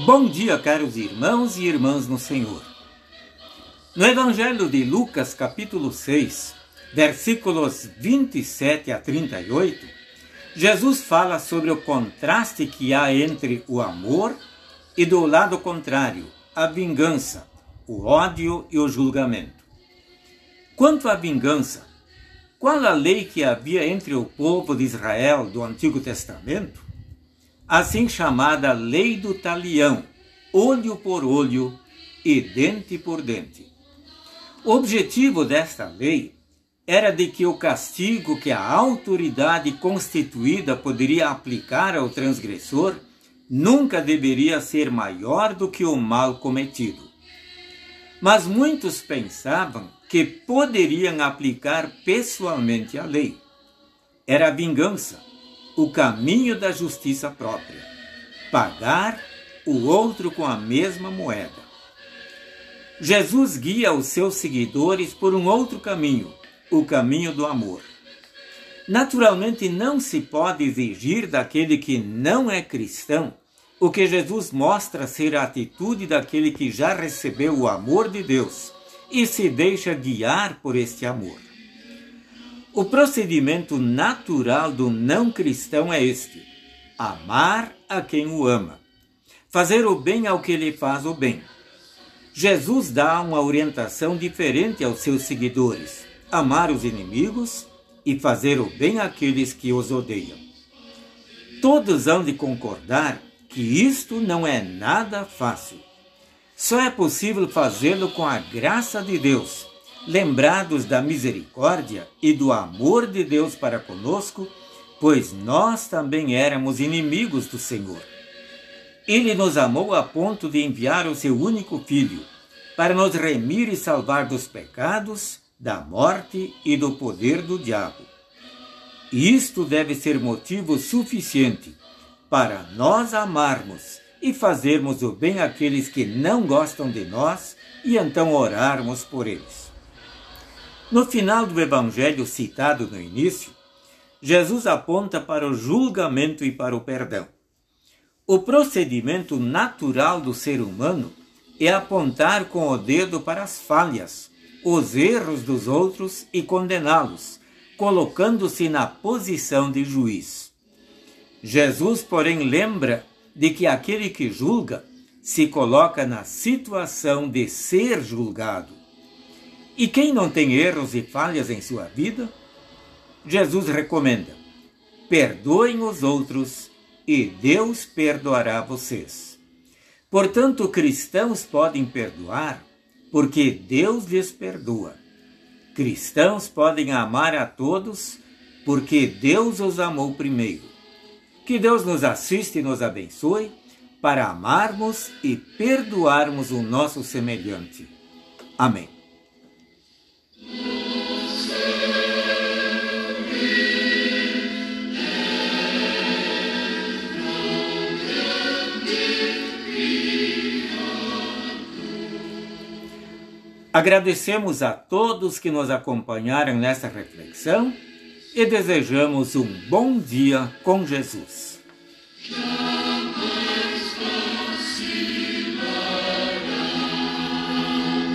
Bom dia, caros irmãos e irmãs no Senhor. No Evangelho de Lucas, capítulo 6, versículos 27 a 38, Jesus fala sobre o contraste que há entre o amor e, do lado contrário, a vingança, o ódio e o julgamento. Quanto à vingança, qual a lei que havia entre o povo de Israel do Antigo Testamento? Assim chamada lei do talião, olho por olho e dente por dente. O objetivo desta lei era de que o castigo que a autoridade constituída poderia aplicar ao transgressor nunca deveria ser maior do que o mal cometido. Mas muitos pensavam que poderiam aplicar pessoalmente a lei. Era a vingança, o caminho da justiça própria, pagar o outro com a mesma moeda. Jesus guia os seus seguidores por um outro caminho, o caminho do amor. Naturalmente, não se pode exigir daquele que não é cristão o que Jesus mostra ser a atitude daquele que já recebeu o amor de Deus e se deixa guiar por este amor. O procedimento natural do não cristão é este: amar a quem o ama, fazer o bem ao que lhe faz o bem. Jesus dá uma orientação diferente aos seus seguidores: amar os inimigos e fazer o bem àqueles que os odeiam. Todos hão de concordar que isto não é nada fácil. Só é possível fazê-lo com a graça de Deus, lembrados da misericórdia e do amor de Deus para conosco, pois nós também éramos inimigos do Senhor. Ele nos amou a ponto de enviar o seu único Filho, para nos remir e salvar dos pecados, da morte e do poder do diabo. Isto deve ser motivo suficiente para nós amarmos e fazermos o bem àqueles que não gostam de nós e então orarmos por eles. No final do evangelho citado no início, Jesus aponta para o julgamento e para o perdão. O procedimento natural do ser humano é apontar com o dedo para as falhas, os erros dos outros e condená-los, colocando-se na posição de juiz. Jesus, porém, lembra de que aquele que julga se coloca na situação de ser julgado. E quem não tem erros e falhas em sua vida? Jesus recomenda: perdoem os outros e Deus perdoará vocês. Portanto, cristãos podem perdoar porque Deus lhes perdoa. Cristãos podem amar a todos porque Deus os amou primeiro. Que Deus nos assista e nos abençoe para amarmos e perdoarmos o nosso semelhante. Amém. Agradecemos a todos que nos acompanharam nesta reflexão e desejamos um bom dia com Jesus.